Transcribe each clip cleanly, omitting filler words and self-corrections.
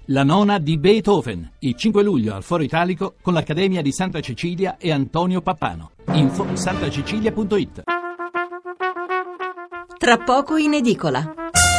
La nona di Beethoven, il 5 luglio al Foro Italico con l'Accademia di Santa Cecilia e Antonio Pappano. Info santacecilia.it. Tra poco in edicola.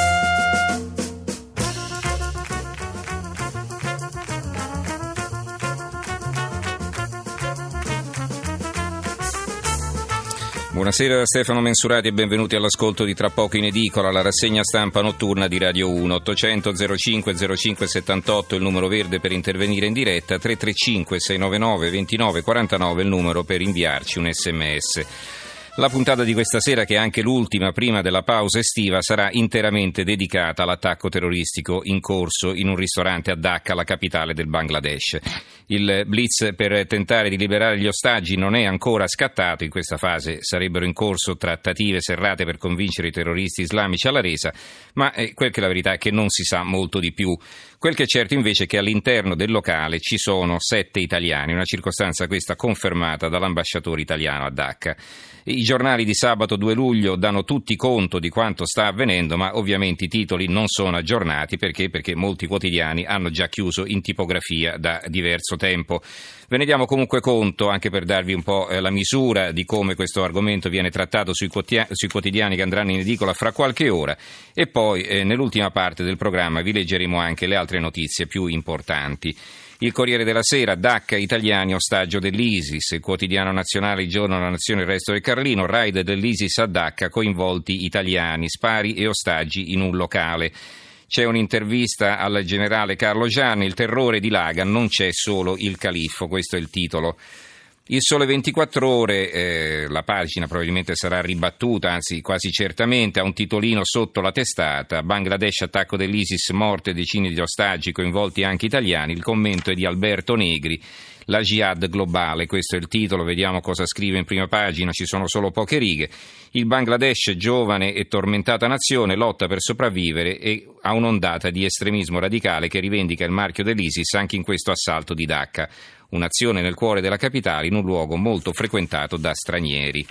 Buonasera da Stefano Mensurati e benvenuti all'ascolto di Tra poco in edicola, la rassegna stampa notturna di Radio 1. 800 05 05 78 il numero verde per intervenire in diretta, 335 699 29 49 il numero per inviarci un sms. La puntata di questa sera, che è anche l'ultima prima della pausa estiva, sarà interamente dedicata all'attacco terroristico in corso in un ristorante a Dhaka, la capitale del Bangladesh. Il blitz per tentare di liberare gli ostaggi non è ancora scattato. In questa fase sarebbero in corso trattative serrate per convincere i terroristi islamici alla resa, ma quel che è la verità è che non si sa molto di più. Quel che è certo invece è che all'interno del locale ci sono 7 italiani, una circostanza questa confermata dall'ambasciatore italiano a Dhaka. I giornali di sabato 2 luglio danno tutti conto di quanto sta avvenendo, ma ovviamente i titoli non sono aggiornati perché molti quotidiani hanno già chiuso in tipografia da diverso tempo. Ve ne diamo comunque conto anche per darvi un po' la misura di come questo argomento viene trattato sui quotidiani che andranno in edicola fra qualche ora, e poi nell'ultima parte del programma vi leggeremo anche le altre notizie più importanti. Il Corriere della Sera, Dhaka, italiani ostaggio dell'ISIS. Il Quotidiano Nazionale, Il Giorno, La Nazione, Il Resto del Carlino, raid dell'ISIS a Dhaka, coinvolti italiani, spari e ostaggi in un locale. C'è un'intervista al generale Carlo Gianni, il terrore dilaga, non c'è solo il califfo, questo è il titolo. Il Sole 24 Ore, la pagina probabilmente sarà ribattuta, anzi quasi certamente, ha un titolino sotto la testata: Bangladesh, attacco dell'ISIS, morte decine di ostaggi, coinvolti anche italiani. Il commento è di Alberto Negri, La jihad globale, questo è il titolo, vediamo cosa scrive in prima pagina, ci sono solo poche righe. Il Bangladesh, giovane e tormentata nazione, lotta per sopravvivere e ha un'ondata di estremismo radicale che rivendica il marchio dell'ISIS anche in questo assalto di Dhaka. Un'azione nel cuore della capitale, in un luogo molto frequentato da stranieri.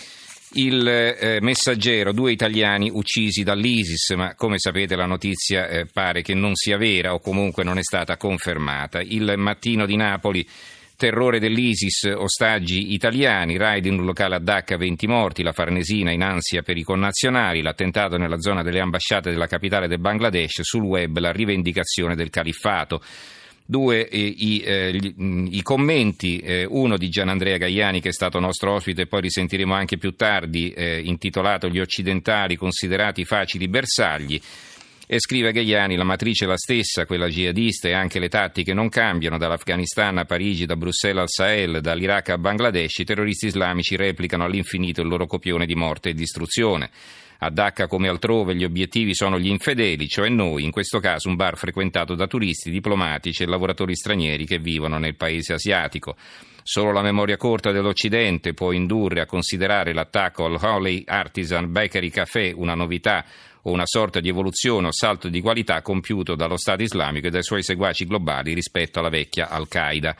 Il Messaggero, 2 italiani uccisi dall'ISIS, ma come sapete la notizia pare che non sia vera o comunque non è stata confermata. Il Mattino di Napoli, terrore dell'ISIS, ostaggi italiani, raid in un locale a Dhaka, 20 morti, la Farnesina in ansia per i connazionali, l'attentato nella zona delle ambasciate della capitale del Bangladesh, sul web la rivendicazione del califfato. 2 i commenti, uno di Gianandrea Gaiani, che è stato nostro ospite e poi risentiremo anche più tardi, intitolato Gli occidentali considerati facili bersagli, e scrive Gaiani: la matrice è la stessa, quella jihadista, e anche le tattiche non cambiano, dall'Afghanistan a Parigi, da Bruxelles al Sahel, dall'Iraq a Bangladesh, i terroristi islamici replicano all'infinito il loro copione di morte e distruzione. A Dhaka come altrove gli obiettivi sono gli infedeli, cioè noi, in questo caso un bar frequentato da turisti, diplomatici e lavoratori stranieri che vivono nel paese asiatico. Solo la memoria corta dell'Occidente può indurre a considerare l'attacco al Holy Artisan Bakery Café una novità o una sorta di evoluzione o salto di qualità compiuto dallo Stato islamico e dai suoi seguaci globali rispetto alla vecchia Al-Qaeda.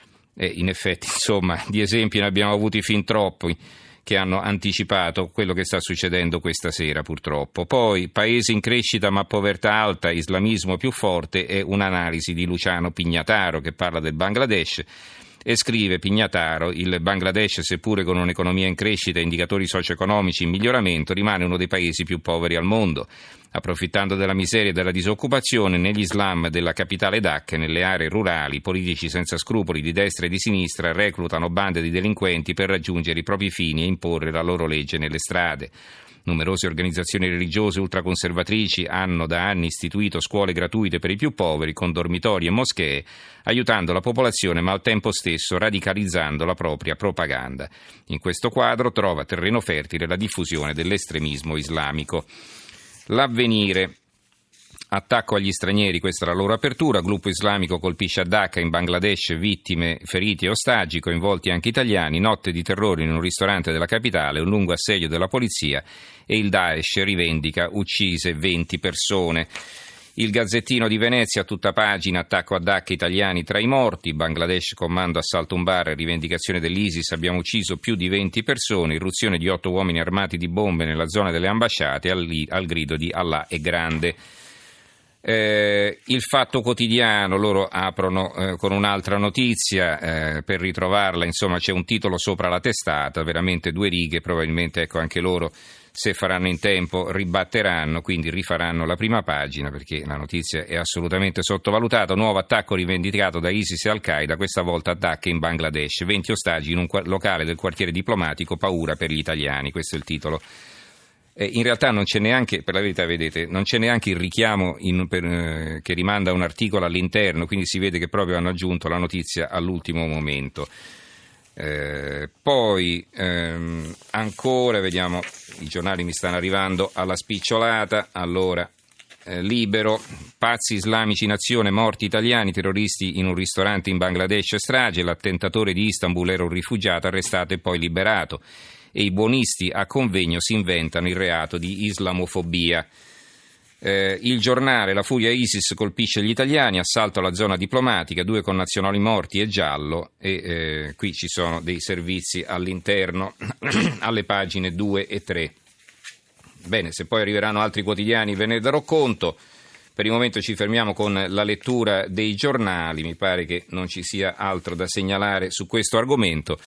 In effetti, insomma, di esempi ne abbiamo avuti fin troppi che hanno anticipato quello che sta succedendo questa sera, purtroppo. Poi, paese in crescita ma povertà alta, islamismo più forte, è un'analisi di Luciano Pignataro che parla del Bangladesh e scrive Pignataro: il Bangladesh, seppure con un'economia in crescita e indicatori socio-economici in miglioramento, rimane uno dei paesi più poveri al mondo. Approfittando della miseria e della disoccupazione, negli slam della capitale Dhaka e nelle aree rurali, politici senza scrupoli di destra e di sinistra reclutano bande di delinquenti per raggiungere i propri fini e imporre la loro legge nelle strade. Numerose organizzazioni religiose ultraconservatrici hanno da anni istituito scuole gratuite per i più poveri, con dormitori e moschee, aiutando la popolazione ma al tempo stesso radicalizzando la propria propaganda. In questo quadro trova terreno fertile la diffusione dell'estremismo islamico. L'Avvenire, attacco agli stranieri, questa è la loro apertura. Gruppo islamico colpisce a Dhaka, in Bangladesh, vittime, feriti e ostaggi, coinvolti anche italiani, notte di terrore in un ristorante della capitale, un lungo assedio della polizia e il Daesh rivendica uccise 20 persone. Il Gazzettino di Venezia, a tutta pagina, attacco a Dhaka, italiani tra i morti, Bangladesh comando assalto un bar, rivendicazione dell'ISIS, abbiamo ucciso più di 20 persone, irruzione di 8 uomini armati di bombe nella zona delle ambasciate, al grido di Allah è grande. Il Fatto Quotidiano, loro aprono con un'altra notizia, per ritrovarla, insomma, c'è un titolo sopra la testata, veramente 2 righe, probabilmente, ecco, anche loro, se faranno in tempo, ribatteranno, quindi rifaranno la prima pagina, perché la notizia è assolutamente sottovalutata. Nuovo attacco rivendicato da ISIS e Al-Qaeda, questa volta attacchi in Bangladesh, 20 ostaggi in un locale del quartiere diplomatico, paura per gli italiani, questo è il titolo. In realtà non c'è neanche, per la verità, vedete, non c'è neanche il richiamo che rimanda a un articolo all'interno, quindi si vede che proprio hanno aggiunto la notizia all'ultimo momento. Poi ancora, vediamo, i giornali mi stanno arrivando alla spicciolata. Allora, Libero, pazzi islamici in azione, morti italiani, terroristi in un ristorante in Bangladesh, strage, l'attentatore di Istanbul era un rifugiato arrestato e poi liberato. E i buonisti a convegno si inventano il reato di islamofobia. Il Giornale, la furia ISIS colpisce gli italiani, assalto alla zona diplomatica, 2 connazionali morti e giallo, e qui ci sono dei servizi all'interno alle pagine 2 e 3. Bene, se poi arriveranno altri quotidiani ve ne darò conto. Per il momento ci fermiamo con la lettura dei giornali, mi pare che non ci sia altro da segnalare su questo argomento.